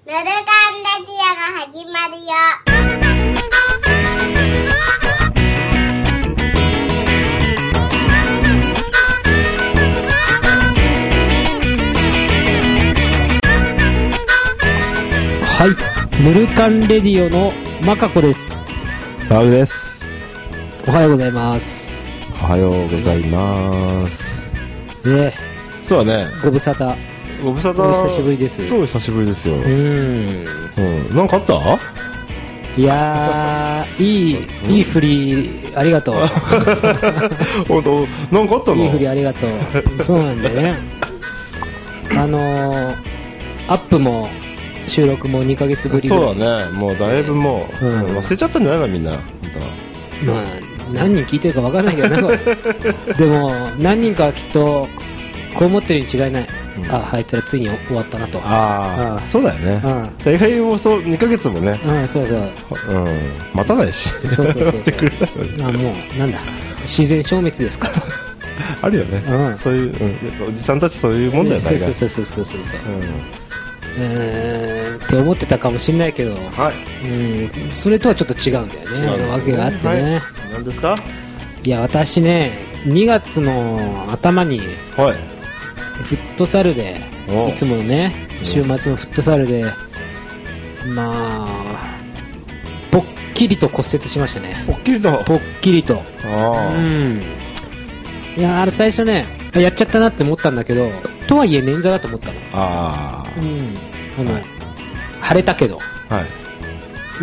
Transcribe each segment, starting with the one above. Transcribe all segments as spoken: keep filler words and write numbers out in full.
ヌルカンラジオが始まるよ。 はい、ヌルカンレディオのマカコです。 ラウです。 おはようございます。 おはようございます。 ね、 そうだね。 ご無沙汰。 ご無沙汰。 お久しぶりです。 超久しぶりですよ。うーん。 うん。なんかあった？ いやー、いい、いい振り、ありがとう。 本当、なんかあったの？ いい振りありがとう。そうなんだよね。あのー、アップも、収録もにかげつぶりぐらい。 そうだね。もうだいぶもう、うん、忘れちゃったんじゃないのみんな。本当まあ、何人聞いてるか分かんないけどなんかでも何人かはきっとこう思ってるに違いない、うん、ああいつらついに終わったなと。 ああ、そうだよね、うん、大概もそうにかげつもね、 うん、そうそう、うん、 待たないし、 そうそうそうそうあもうなんだ自然消滅ですかとあるよね、うん、そういう、うん、おじさんたちそういうもんだよね。 そうそうそうそうそうそうそう、うんえー、って思ってたかもしれないけど、はい、うん、それとはちょっと違うんだよね。違う、ね、わけがあってね、はい、 何ですか？ いや私ねにがつの頭に、はい、フットサルでいつものね週末のフットサルでまあぽっきりと骨折しましたね。 ぽっきりとぽっきりとあ、うん、いやあれ最初ねやっちゃったなって思ったんだけどとはいえ捻挫だと思ったの。 ああ、うん、あの、はい、腫れたけど、はい、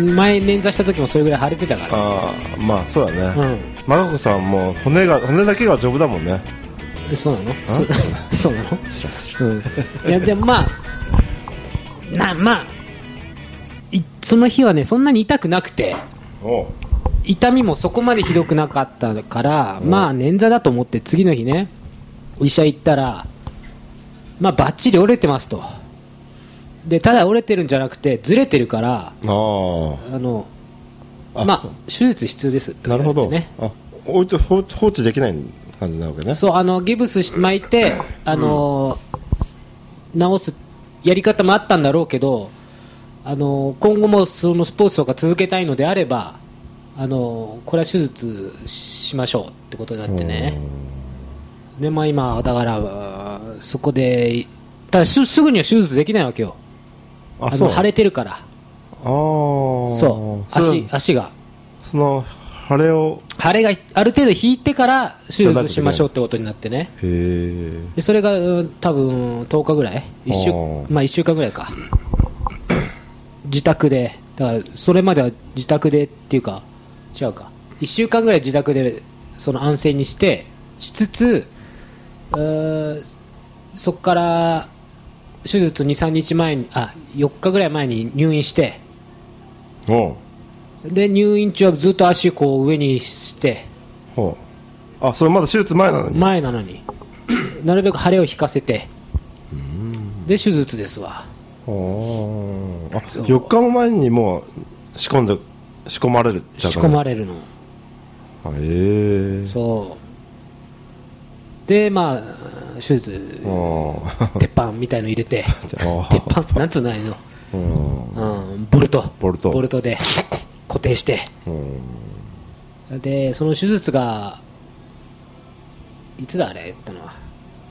前捻挫した時もそれぐらい腫れてたから。 ああ、まあそうだね、うん、マカコさんも骨が骨だけが丈夫だもんね。 そうなの？そ, そうなの？知らん知らん、うん、いやでもまあなまあその日はねそんなに痛くなくてお痛みもそこまでひどくなかったからまあ捻挫だと思って次の日ね医者行ったらまあバッチリ折れてますと。でただ折れてるんじゃなくてずれてるからああのあまあ手術必要ですって言われて、ね、 なるほど。あ放置、放置できない感じなわけね。 そうあのギブス巻いてあの、うん、治すやり方もあったんだろうけどあの今後もそのスポーツとか続けたいのであればあのこれは手術しましょうってことになってね。でまあ今だからそこでただすぐには手術できないわけよ。あの腫れてるから。あそう足足がその腫れを腫れがある程度引いてから手術しましょうってことになってね。へでそれが、うん、多分とおかぐらいいっしゅう、まあ、いっしゅうかんぐらいか自宅でだからそれまでは自宅でっていうか違うかいっしゅうかんぐらい自宅でその安静にしてしつつそこから手術 にさんにちまえにあよっかぐらい前に入院しておで入院中はずっと足こう上にしてほうあそれまだ手術前なのに前なのになるべく腫れを引かせてで手術ですわ。 おあよっかも前にもう仕込んで仕込まれる仕込まれるの。へえそうでまあ手術鉄板みたいの入れて鉄板なんつうのないの、うん、ボルトボルトボルトで固定してでその手術がいつだあれやったのは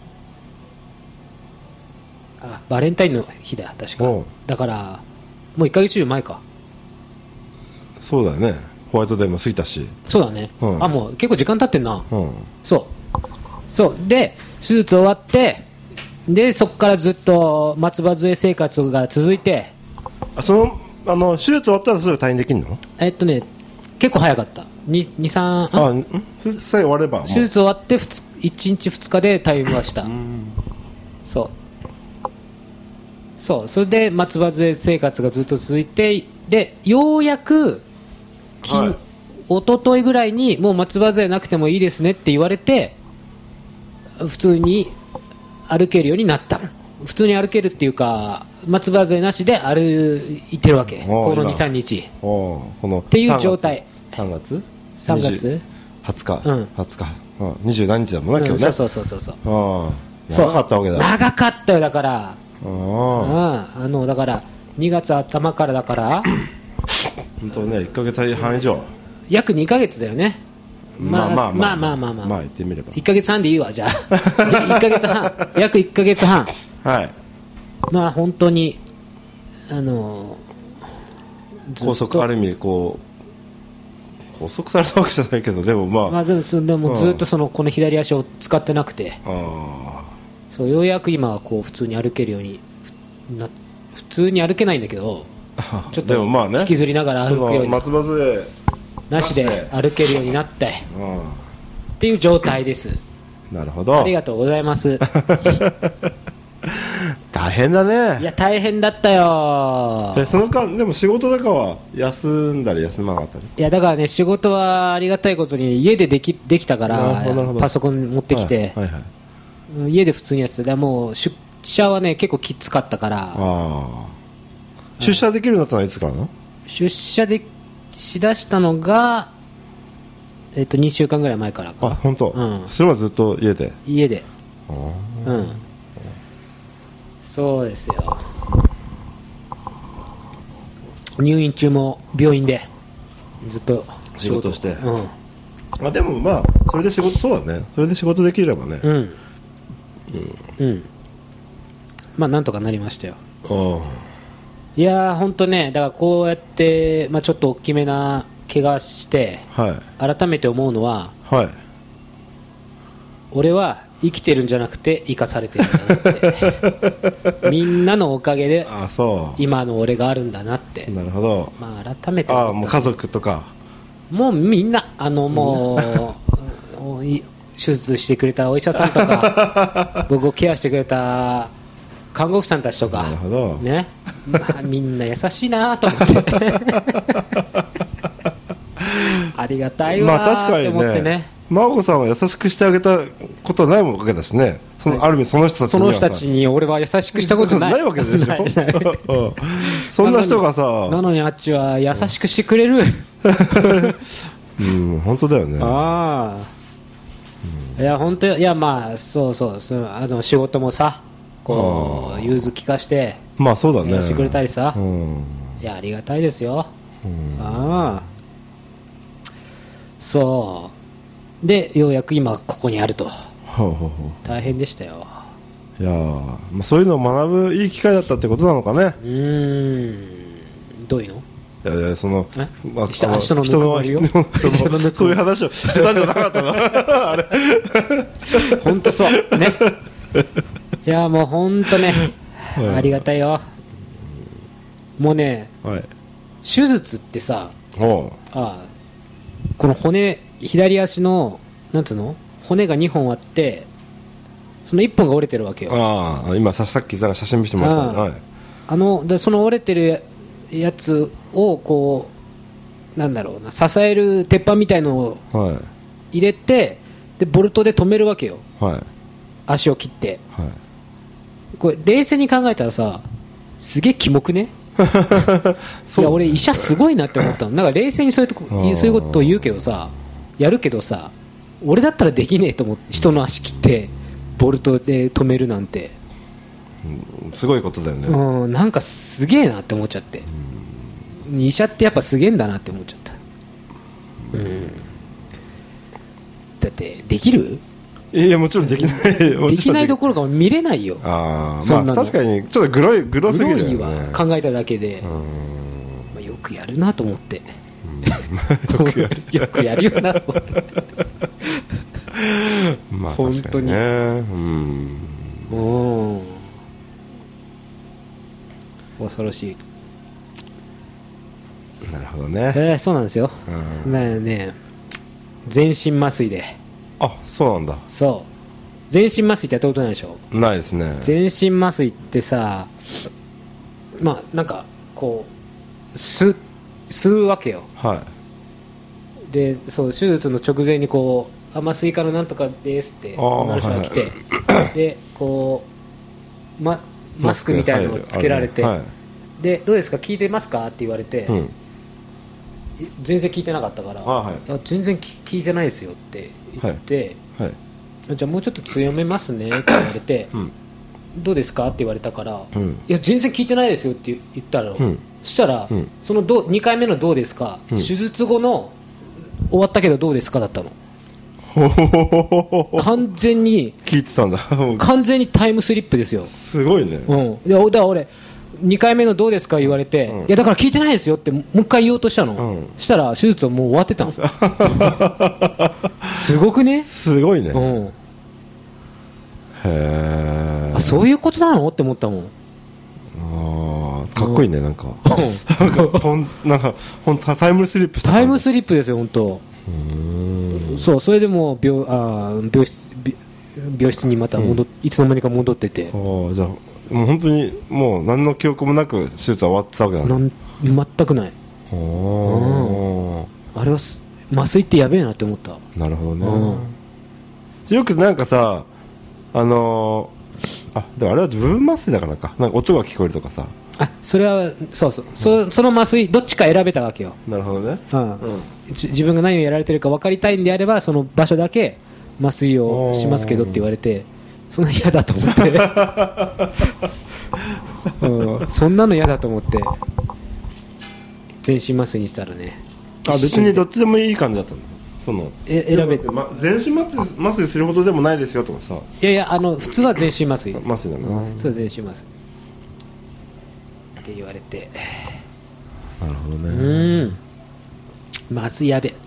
あバレンタインの日だ確かだからもういっかげつ以上前か。 そうだよねホワイトデーも過ぎたしそうだね、うん、あもう結構時間経ってんな、うん、そうそうで手術終わってでそこからずっと松葉杖生活が続いてあそのあの手術終わったらすぐ退院できるの？ えっとね結構早かったに、に、さんあ手術さえ終われば手術終わっていちにちふつかで退院はしたそうそうそれで松葉杖生活がずっと続いてでようやく金、はい、一昨日ぐらいにもう松葉杖なくてもいいですねって言われて普通に歩けるようになったの。普通に歩けるっていうか松葉杖なしで歩いてるわけこの にさんにちこのっていう状態。 さんがつさんがつはつか、うん、はつか、うん、にじゅうなんにちだもんな、うん、今日ね。 そうそうそうそうそう長かったわけだ。 長かったよだからああのだからにがつ頭からだから本当ねいっかげつはん以上約にかげつだよね。 まあまあまあまあまあまあまあ言ってみればいっかげつはんでいいわ。じゃあいっかげつはん約いっかげつはんはいまあ本当にあの拘束ある意味こう拘束されたわけじゃないけどでもまあ、 まあ、でもそでもずっとそのこの左足を使ってなくて、 あそうようやく今はこう普通に歩けるようにな普通に歩けないんだけどちょっでもまあねと引きずりながら歩くように松葉杖なしで歩けるようになってっていう状態です。 なるほどありがとうございます大変だね。 いや大変だったよ。 えその間でも仕事とかは休んだり休まなかったり。 いやだからね仕事はありがたいことに家でできできたからパソコン持ってきて、 はいはいはい、 家で普通にやってた。でもう出社はね結構きつかったから。 あ出社できるようになったのはいつからの？ 出社でしだしたのが、えっと、にしゅうかんぐらい前からか。 あ本当、 うん、 それはずっと家で家であ、 うん、そうですよ。入院中も病院でずっと仕事して、 うん、 あでもまあそれで仕事そうだねそれで仕事できればねうん、 うんうん、まあなんとかなりましたよ。 あいやー本当ねだからこうやって、まあ、ちょっと大きめな怪我して、 はい、 改めて思うのは、 はい、 俺は生きてるんじゃなくて生かされてるんだなってみんなのおかげであそう今の俺があるんだなって。 なるほど、 まあ、改めてあもう家族とかもうみんなあのもう手術してくれたお医者さんとか僕をケアしてくれた看護婦さんたちとかなるほど、 ねまあ、みんな優しいなと思ってありがたいわーって思ってね。 真央子さんは優しくしてあげたことはないわけだしね。その、はい、ある意味その人たちにはその人たちに俺は優しくしたことないないわけでしょないないそんな人がさなのにあっちは優しくしてくれるうん本当だよね。 ああ、うん、いや本当いやまあそうそうそのあの仕事もさこう融通聞かしてまあそうだねしてくれたりさ、 うん、 いやありがたいですよ、 うん、 ああそうでようやく今ここにあると。 ほうほうほう大変でしたよ。 いや、まあ、そういうのを学ぶいい機会だったってことなのかね。 うーんどういうの？ いやいやその、まあ、 人の人の人の人のそういう話をしてたんじゃなかったなあれ本当そうねいやもう本当ね、うん、ありがたいよ。もうね、はい、手術ってさああこの骨左足のなんつうの骨がにほんあってそのいっぽんが折れてるわけよ。 ああ今さっき写真見せてもらった、はい、 あのでその折れてるやつをこうなんだろうな支える鉄板みたいのを入れて、はい、でボルトで止めるわけよ、はい、足を切って、はい、これ冷静に考えたらさすげえキモくねいや俺医者すごいなって思ったの。なんか冷静にそういうとこそういうことを言うけどさやるけどさ俺だったらできねえと思って人の足切ってボルトで止めるなんて、 うん、すごいことだよね。 うんなんかすげえなって思っちゃって、うん、医者ってやっぱすげえんだなって思っちゃった、うん、だってできる？ いやもちろんできないできないどころか見れないよ。 あそんなの、まあ、確かにちょっとグロいグロすぎるよね。 グロいわ考えただけで、まあ、よくやるなと思って、うん、よくやるよくやるよなと思ってまあ確かにね、うんもう恐ろしい。 なるほどね、 えー、そうなんですよ、うん、ねね全身麻酔で。 あそうなんだ。 そう全身麻酔ってやったことないでしょ。 ないですね。 全身麻酔ってさまあなんかこう吸吸うわけよ。はいでそう手術の直前にこう麻酔科のなんとかですって女の人が来て、はい、でこう、ま、マスクみたいなのをつけられて、はい、でどうですか聞いてますかって言われて、うん、全然聞いてなかったから、はい、いや全然聞いてないですよって言って、はいはい、じゃあもうちょっと強めますねって言われて、うん、 どうですかって言われたから、 うん、 いや全然聞いてないですよって言ったら、うん、そしたら、うん、そのどにかいめのどうですか、うん、手術後の終わったけどどうですかだったの。完全に聞いてたんだ完全にタイムスリップですよ。 すごいね、 うん、いやだから俺にかいめのどうですか言われて、うん、いやだから聞いてないですよってもう一回言おうとしたの、うん、したら手術はもう終わってたのすごくね。 すごいね、 うん、 へえ。 あそういうことなのって思ったもん。 あかっこいいね、うん、なんかなんかとんなんかほんタイムスリップしたタイムスリップですよ本当。うーんそうそれでもう 病, あ病室病室にまた戻、うん、いつの間にか戻ってて、 あじゃあもう本当にもう何の記憶もなく手術は終わってたわけだね。 なん全くない。ああれは麻酔ってやべえなって思った。 なるほどね。よくなんかさあのー、あでもあれは自分麻酔だからかなんか音が聞こえるとかさあそれはそうそう、うん、そ, その麻酔どっちか選べたわけよ。 なるほどね、 うんうん、自分が何をやられてるか分かりたいんであればその場所だけ麻酔をしますけどって言われてそんな嫌だと思って、うん、そんなの嫌だと思って全身麻酔にしたらね。 あ別にどっちでもいい感じだったのそのえ選べて、 ま、全身麻酔、麻酔するほどでもないですよとかさ。 いやいやあの普通は全身麻酔麻酔だな、うん、 普通は全身麻酔って言われて。 なるほどね。 うん麻酔やべ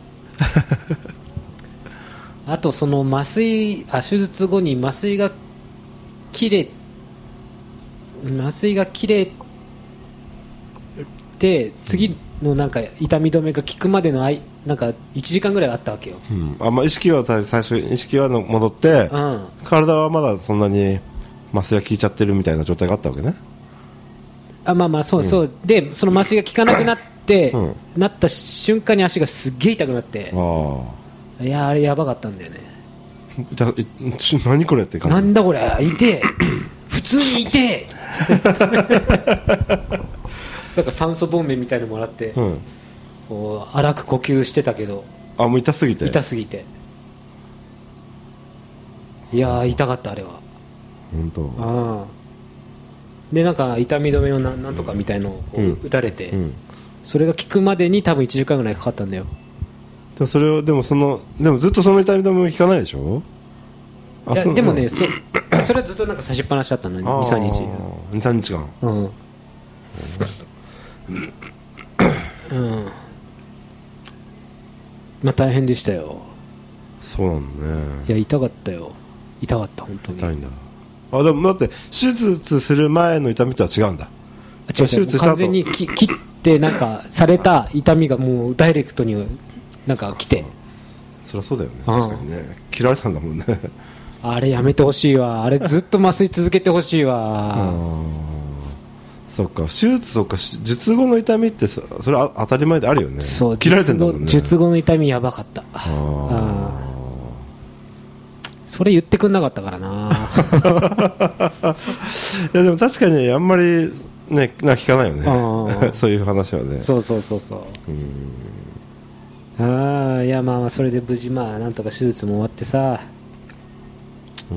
あとその麻酔あ手術後に麻酔が切れ麻酔が切れて次のなんか痛み止めが効くまでのあいなんかいちじかんぐらいあったわけよ、 うんあまあ、意識は最初意識は戻って、うん、体はまだそんなに麻酔が効いちゃってるみたいな状態があったわけね。 あまあまあそうそう、うん、でその麻酔が効かなくなって、うん、なった瞬間に足がすっげえ痛くなって、あいやあれやばかったんだよね。 じゃあ何これって感じ。 なんだこれ痛え普通に痛えなんか酸素ボンベみたいのもらって、うん、こう荒く呼吸してたけどあもう痛すぎて痛すぎていや痛かったあれは本当。 あでなんか痛み止めの な, なんとかみたいのを打たれて、うんうん、それが効くまでに多分いちじかんぐらいかかったんだよ。 でそれをでもそのでもずっとその痛み止めも効かないでしょ。 あいやでもね そ, それはずっとなんか差しっぱなしだったの にさんにちにさんにちかんうんうんまあ大変でしたよ。 そうなんだね。 いや痛かったよ痛かった本当に痛いんだ。あでもだって手術する前の痛みとは違うんだ。 違う違う手術した後完全にき切ってなんかされた痛みがもうダイレクトになんか来て。 そりゃそうだよね確かにね切られたんだもんねあれやめてほしいわ。あれずっと麻酔続けてほしいわそっか手術とか術後の痛みってそれは当たり前であるよね。そう切られてんだもんね。 術後の痛みやばかった。あそれ言ってくんなかったからないやでも確かにあんまりねな聞かないよねそういう話はね。 そうそうそうそううんあいやまあそれで無事まあなんとか手術も終わってさ、 うん、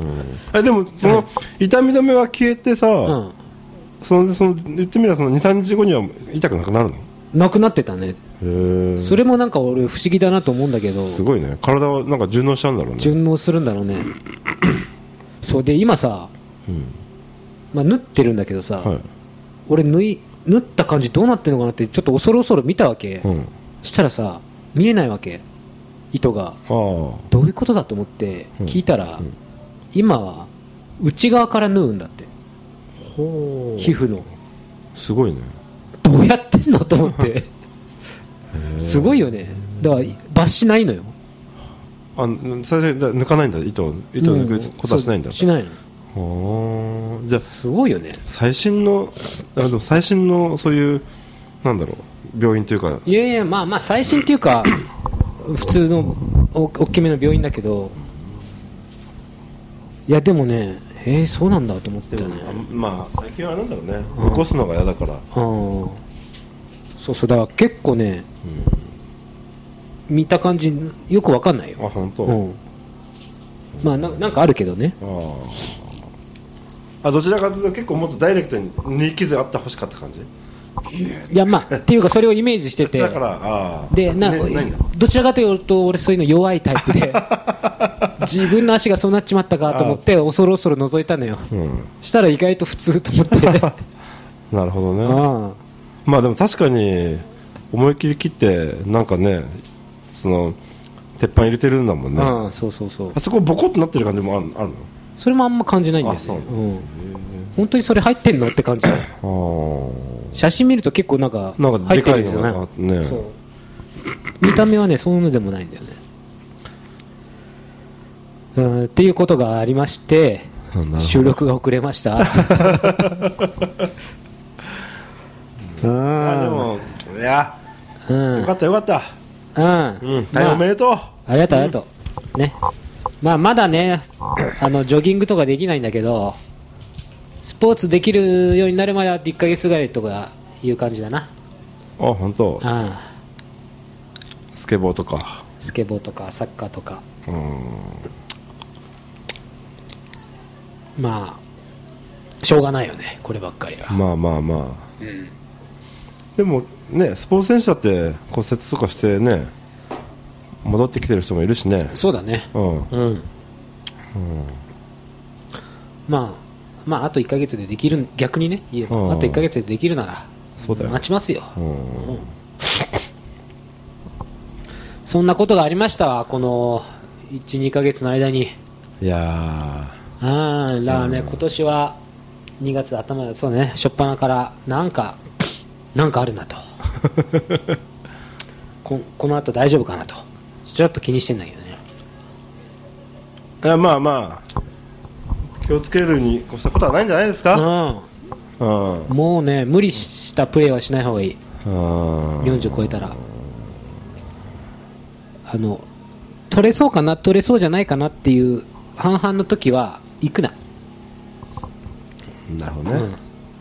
えでもその痛み止めは消えてさ、うん、そのその言ってみればそのにさんにちごには痛くなくなるの。 なくなってたね。へそれもなんか俺不思議だなと思うんだけどすごいね体はなんか順応しちゃうんだろうね。 順応するんだろうねそうで今さ、うんまあ、縫ってるんだけどさ、はい、俺縫い縫った感じどうなってるのかなってちょっと恐る恐る見たわけ、うん、したらさ見えないわけ糸がどういうことだと思って聞いたら、うんうん、今は内側から縫うんだって。ほ皮膚のすごいね。 どうやってんのと思ってすごいよね。だから抜歯ないのよ。 あ最初抜かないんだ糸糸を抜くことはしないんだ、うん、 しないの。じゃあすごいよね。 最新のあでも最新のそういうなんだろう病院というかいやいやまあまあ最新っていうか普通のお大きめの病院だけどいやでもねえー、そうなんだと思ってね。 まあ最近はなんだろうね残すのが嫌だから。あそうそうだから結構ね、うん、見た感じよくわかんないよ。 あ本当、 うん、まあ な, なんかあるけどね。ああ、どちらかというと結構もっとダイレクトに縫い傷あってほしかった感じ。 いやまあっていうかそれをイメージしててだからあでな、ね、どちらかというと俺そういうの弱いタイプで自分の足がそうなっちまったかと思って恐る恐る覗いたのよ、うん、したら意外と普通と思ってなるほどね。あまあでも確かに思い切り切ってなんかねその鉄板入れてるんだもんね。 あそうそうそうあそこボコッとなってる感じもあるあるの？ それもあんま感じないんですよ、うん、本当にそれ入ってんのって感じあ写真見ると結構なんか入ってるんですよね。ねそう見た目はねそういうのでもないんだよね。うんっていうことがありまして収録が遅れましたあでもいや、うん、よかったよかった。うん、うん、大変おめでとう、まあ、 ありがとうありがとう、うん、ねまあまだねあのジョギングとかできないんだけどスポーツできるようになるまであといっかげつぐらいとかいう感じだな。 あ本当。あスケボーとかスケボーとかサッカーとかうんまあしょうがないよねこればっかりは。 まあまあまあ、うん、でもねスポーツ選手だって骨折とかしてね戻ってきてる人もいるしね。 そうだねうん、うんうん、まあまああといっかげつでできる逆にね言えば、うん、あといっかげつでできるならそうだよ待ちますよ、うんうん、そんなことがありましたわこの いちにかげつの間に。 いやーあーらね、うん、今年はにがつ頭そうね初っ端からなんかなんかあるなとこ, この後大丈夫かなとちょっと気にしてんだけどね。 いやまあまあ気をつけるに越したことはないんじゃないですか。 うん、うん、もうね無理したプレーはしない方がいい。よんじゅう超えたらあの取れそうかな取れそうじゃないかなっていう半々の時は行くな。 なるほどね、うんうん、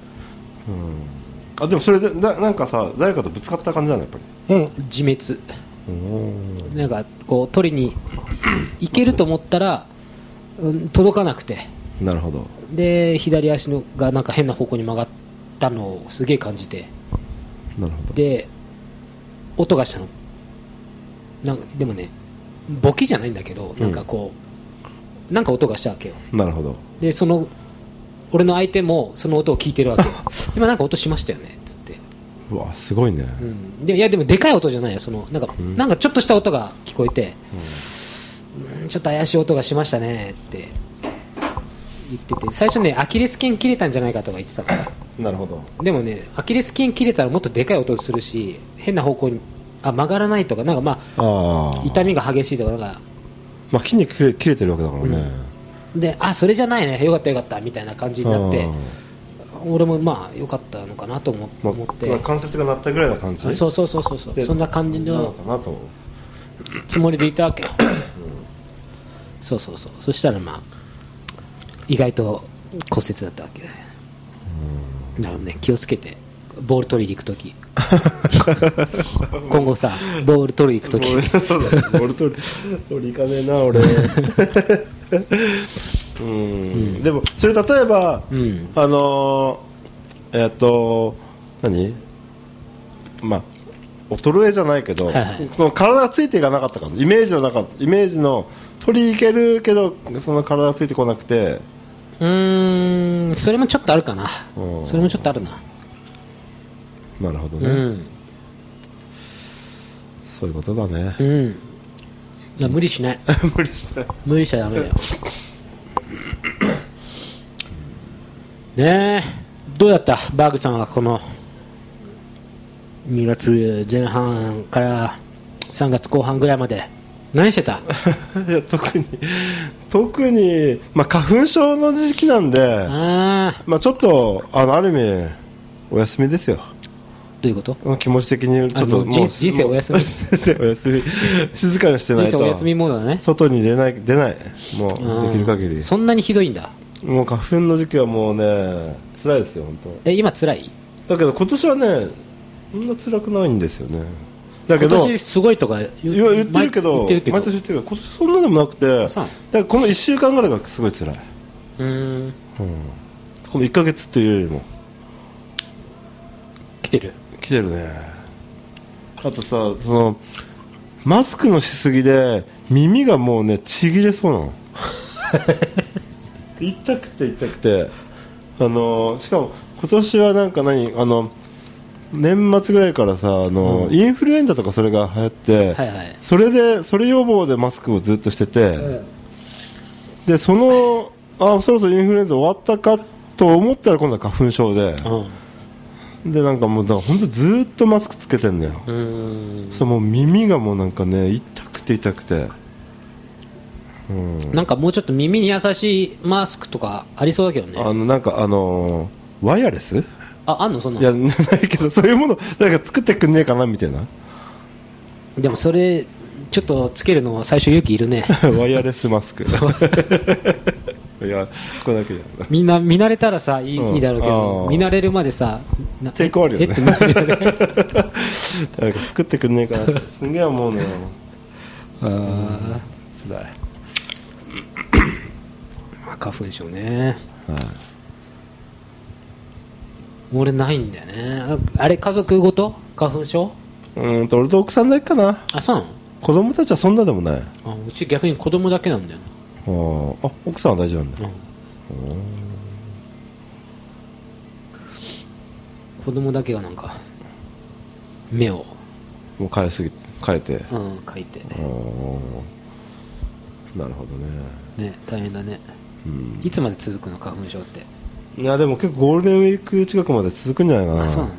あでもそれでななんかさ誰かとぶつかった感じなのやっぱり。 うん自滅。なんかこう取りに行けると思ったら、うん、届かなくて。 なるほど。 で左足のがなんか変な方向に曲がったのをすげえ感じて。 なるほど。 で音がしたのなんかでもねボキじゃないんだけどなんかこう、うん、なんか音がしたわけよ。 なるほど。 でその俺の相手もその音を聞いてるわけよ今なんか音しましたよねっつって。 うわすごいね、 うん、でいやでもでかい音じゃないよそのなんか、うん、なんかちょっとした音が聞こえて、うん、ちょっと怪しい音がしましたねって言ってて最初ねアキレス腱切れたんじゃないかとか言ってたからなるほど。 でもねアキレス腱切れたらもっとでかい音するし変な方向にあ曲がらないとかなんかまあ痛みが激しいとかなんか、 まあ、筋肉切れ、切れてるわけだからね、 うん、であそれじゃないねよかったよかったみたいな感じになって俺もまあ良かったのかなと思って、 まあ、関節が鳴ったぐらいな感じ。 そうそうそうそうそんな感じのつもりでいたわけよ、うん、そうそうそうそしたらまあ意外と骨折だったわけで、うん、だからね気をつけてボール取りに行くとき今後さボール取りに行くときボール取り取り行かねえな俺うん、うん、でもそれ例えば、うん、あのー、えっと何まあ衰えじゃないけど、はいはい、その体がついていかなかったからイメージの中イメージの取りに行けるけどその体がついてこなくてうーんそれもちょっとあるかな。それもちょっとあるな。 なるほどね、うん、そういうことだね、 うん、いや無理しない無理しない無理しちゃダメだよねえどうだったバーグさんはこのにがつぜん半からさんがつこう半ぐらいまで何してたいや特に特に、まあ、花粉症の時期なんであ、まあ、ちょっと あのある意味お休みですよ。 どういうこと？ 気持ち的にちょっともう人生お休みお休み静かにしてないと人生お休みモードだね。 外に出ない出ないもうできる限り。 そんなにひどいんだ。 もう花粉の時期はもうね辛いですよ本当。 え今辛い？ だけど今年はねそんな辛くないんですよね。だけど今年すごいとか言, 言ってるけど毎年言ってるけど今年そんなでもなくてだからこのいっしゅうかんぐらいがすごい辛い。うーん、うんこのいっかげつっていうよりも来てる来てるね。あとさ、そのマスクのしすぎで耳がもうねちぎれそうなの痛くて痛くて、あのしかも今年はなんか何あの年末ぐらいからさあの、うん、インフルエンザとかそれが流行って、はいはい、それでそれ予防でマスクをずっとしてて、うん、でそのあそろそろインフルエンザ終わったかと思ったら今度は花粉症で、うん、でなんかもうだから本当ずっとマスクつけてんのよ。うーん、そうもう耳がもうなんかね痛くて痛くて、 うん、なんかもうちょっと耳に優しいマスクとかありそうだけどね。 あのなんかあのー、ワイヤレスあ、あんのそんなの。 いやないけどそういうものなんか作ってくんねえかなみたいな。 でもそれちょっとつけるのは最初勇気いるねワイヤレスマスクいやここだけじゃみんな見慣れたらさいい、うん、いいだろうけど見慣れるまでさ抵抗あるよね誰か作ってくんねえかなってすんげえ思うのよ。ああつらい花粉症ね、はい、俺ないんだよね。 あ, あれ家族ごと花粉症？ うんと俺と奥さんだけかな。 あ、そうなの？ 子供たちはそんなでもない。 あ、うち逆に子供だけなんだよね。 ああ、奥さんは大丈夫なんだ、うん、 子供だけがなんか目をもう変えすぎ変えてうん変えてね。 なるほどね。 ね、大変だね、うん、いつまで続くの花粉症って。 いやでも結構ゴールデンウィーク近くまで続くんじゃないかな。 あ、そうなの、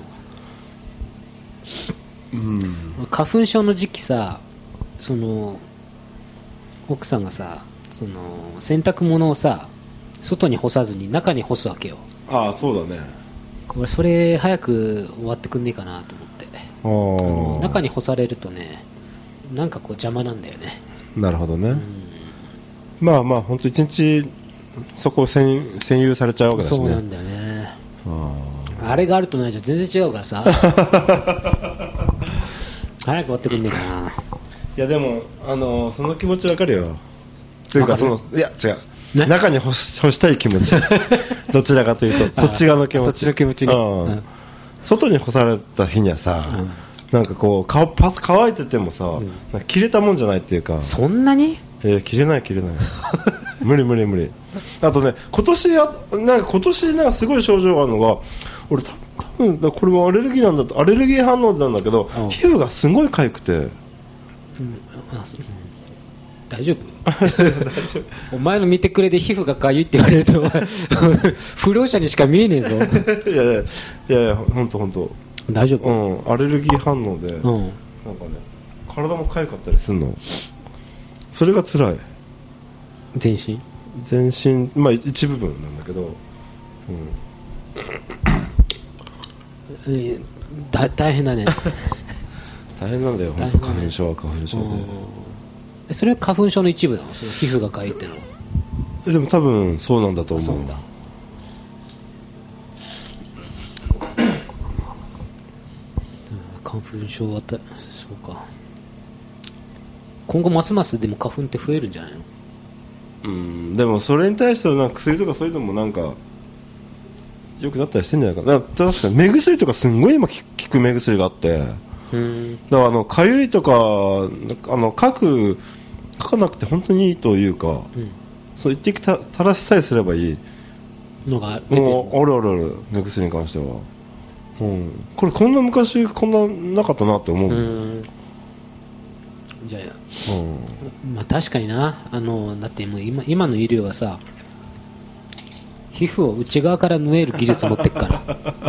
うん、花粉症の時期さ、その奥さんがさその洗濯物をさ外に干さずに中に干すわけよ。 ああそうだね。 俺それ早く終わってくんねえかなと思って。あの中に干されるとねなんかこう邪魔なんだよね。 なるほどね、うん、まあまあ本当一日そこを占有されちゃうわけだしね。 そうなんだよね。 あ, あれがあるとないじゃ全然違うからさ早く終わってくんねえかな。 いやでもあのその気持ちわかるよ。というかそのいや違う、ね、中に干し、干したい気持ちどちらかというとそっち側の気持ち。 そっちの気持ちね、うんうん、外に干された日にはさ、うん、なんかこう顔パス乾いててもさ、うん、なんか切れたもんじゃないっていうか。 そんなに？ えー、切れない切れない無理無理無理。あとね今年やなんか今年なんかすごい症状があるのが俺多分多分これもアレルギーなんだとアレルギー反応なんだけど、うん、皮膚がすごい痒くて、うん、 あ大丈夫お前の見てくれで皮膚がかゆいって言われると不老者にしか見えねえぞいやいやいやいや本当本当大丈夫、 うん、アレルギー反応で、うん、なんかね体もかゆかったりするの。それが辛い。 全身全身まあ一部分なんだけど、 うん、だ大変だね大変なんだよ本当花粉症は花粉症で。 それは花粉症の一部なの？その皮膚がかゆいってのは。 でも多分そうなんだと思う。そうだ花粉症はたそうか。今後ますますでも花粉って増えるんじゃないの？ うんでもそれに対してのなんか薬とかそういうのもなんか良くなったりしてんじゃないかな。だから確かに目薬とかすんごい今効く目薬があって、うんだからあのかゆいとかあの書く書かなくて本当にいいというか、うん、そう一滴た垂らしさえすればいいのが出てる。 もうあるあるある目薬に関しては、うん、これこんな昔こんななかったなって思う。うんじゃあ、うんまあ、確かにな。あのだってもう 今, 今の医療はさ皮膚を内側から縫える技術持ってくから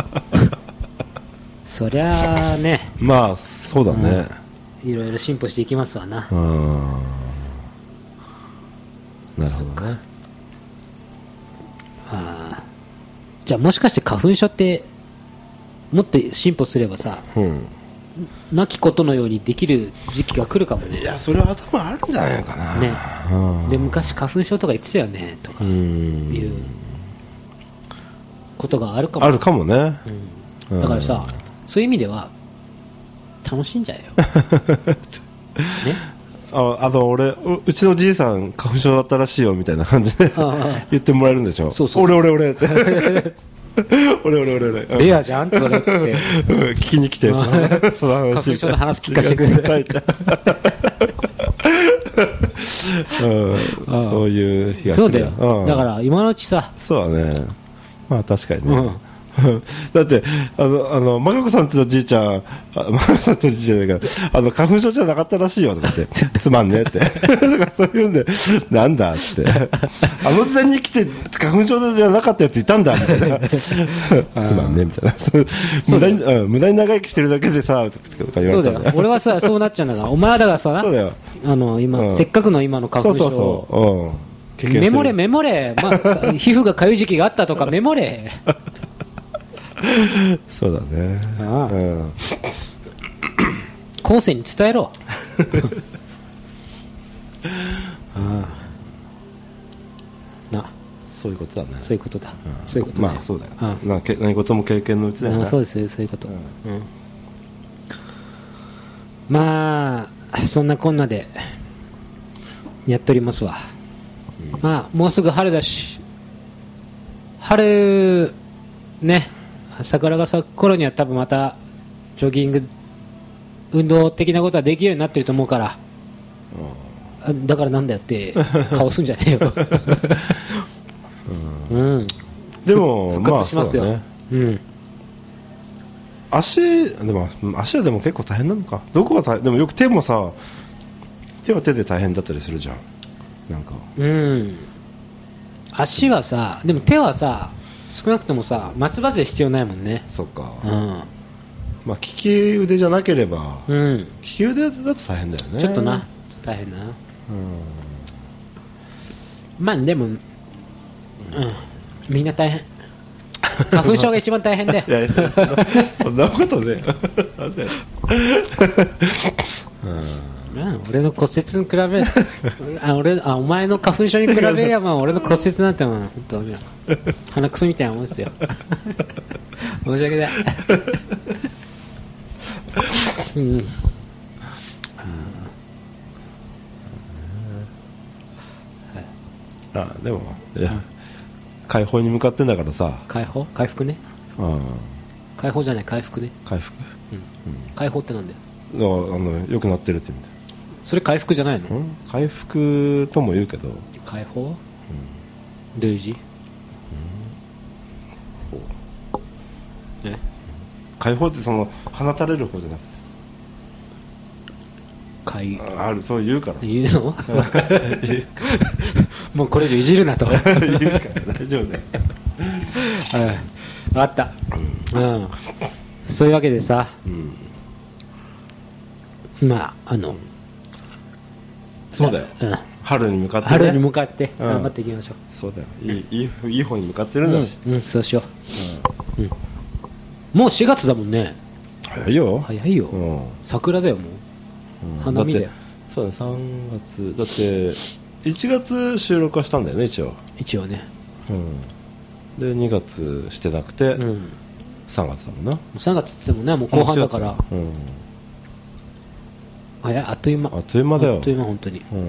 そりゃあねまあそうだね、 うん、いろいろ進歩していきますわな。 うんなるほどね。 あじゃあもしかして花粉症ってもっと進歩すればさ、うんなきことのようにできる時期が来るかもね。 いやそれは頭あるんじゃないかな、ねうん、で昔花粉症とか言ってたよねとかいうことがあるかもあるかもね、 うん、だからさそういう意味では楽しんじゃえよ、ね、 ああの俺うちのじいさん花粉症だったらしいよみたいな感じで言ってもらえるんでしょ。そうそうそう、俺俺俺って俺俺俺俺レアじゃんそれって聞きに来てそのその話花粉症の話聞かせてくださいってうん、そういう日が来る。 そうだよ、うん、だから今のうちさ。 そうだね、まあ確かにね、うんだってあのあのマカコさんちのじいちゃん、マカコさんちのじいちゃんだからあの花粉症じゃなかったらしいよとかってつまんねえってだからそういうんでなんだってあの時代に来て花粉症じゃなかったやついたんだみたいなつまんねえみたいな無駄に、うん、無駄に長生きしてるだけでさとか言われたんだよ。そうだよ、 俺はさそうなっちゃうんだからお前だからさ、 そうだよ、 あの今、うん、せっかくの今の花粉症、そうそうそう、うん、メモれメモれ、まあ、皮膚がかゆい時期があったとかメモれそうだね、ああ、うん、 後世に伝えろああな、 そういうことだね、 そういうことだ、 うん、 そういうことね、 まあそうだよ、ああ、まあ、何事も経験のうちだよね、 あ、そうですよ、そういうこと、うんうん、まあそんなこんなでやっておりますわ、うん、まあもうすぐ春だし、春ね、桜が咲く頃には多分またジョギング運動的なことはできるようになってると思うから、うん、だからなんだよって顔すんじゃねえよ、うんうん、 でもまあそうだね、うん、足でも足はでも結構大変なのか、どこが大変でもよく手もさ、手は手で大変だったりするじゃん、なんか、 うん、足はさ、でも手はさ少なくともさ松葉杖必要ないもんね。 そっか、 うん、 まあ利き腕じゃなければ、うん、利き腕だと大変だよね、 ちょっとな、ちょっと大変だな、うん、まあでも、うん、みんな大変花粉症が一番大変だよいやいやそんなことねなんだよ、 うん、俺の骨折に比べあ俺あお前の花粉症に比べりゃまあ俺の骨折なんてもう本当に鼻くそみたいなもんですよ申し訳ないうん、うん、 あでもいや、うん、解放に向かってんだからさ、 解放回復ね、うん、解放じゃない回復ね、 回復、 うんうん、解放ってなんだよ、 だからあの良くなってるって意味だよ。 それ回復じゃないの？ 回復とも言うけど、 解放、うん、どういう字、うん、え解放ってその放たれる方じゃなくて、 解ある、そう言うから言うのもうこれ以上いじるなと言うから大丈夫ねはい、分かった、うんうん、そういうわけでさ、うん、まああのそうだよ、うん、春に向かって、ね、 春に向かって頑張っていきましょう、 うん、そうだよ、いい、いい、いい方に向かってるんだし、 うんうん、そうしよう、うんうん、もうしがつだもんね。 早いよ、 早いよ、うん、桜だよもう、うん、花見だよ。 そうだ、さんがつだっていちがつ収録はしたんだよね、一応一応ね、 うん、でにがつしてなくて、うん、さんがつだもんな。 さんがつって言ってもね、もう後半だから、うん、あ, やあっという間、 あっという間だよ、 あっという間本当に、うんうん、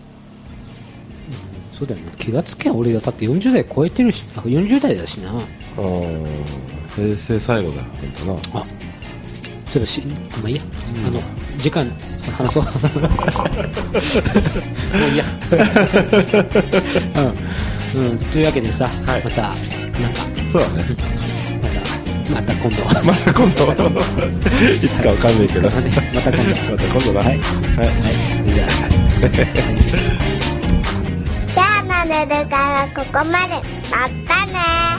そうだよね、気がつけば俺がだってよんじゅうだい超えてるし、あよんじゅうだいだしな、うん、 平成最後だ本当な。あそういえばし、まあいいや、うん、あの時間話そうもういいや、うんうん、というわけでさ、はい、またなんかそうだね、 またまた今度また今度いつかわかんないけどまた今度また今度だ、はい、はい、はい、じゃあじゃあなるからここまで、またね。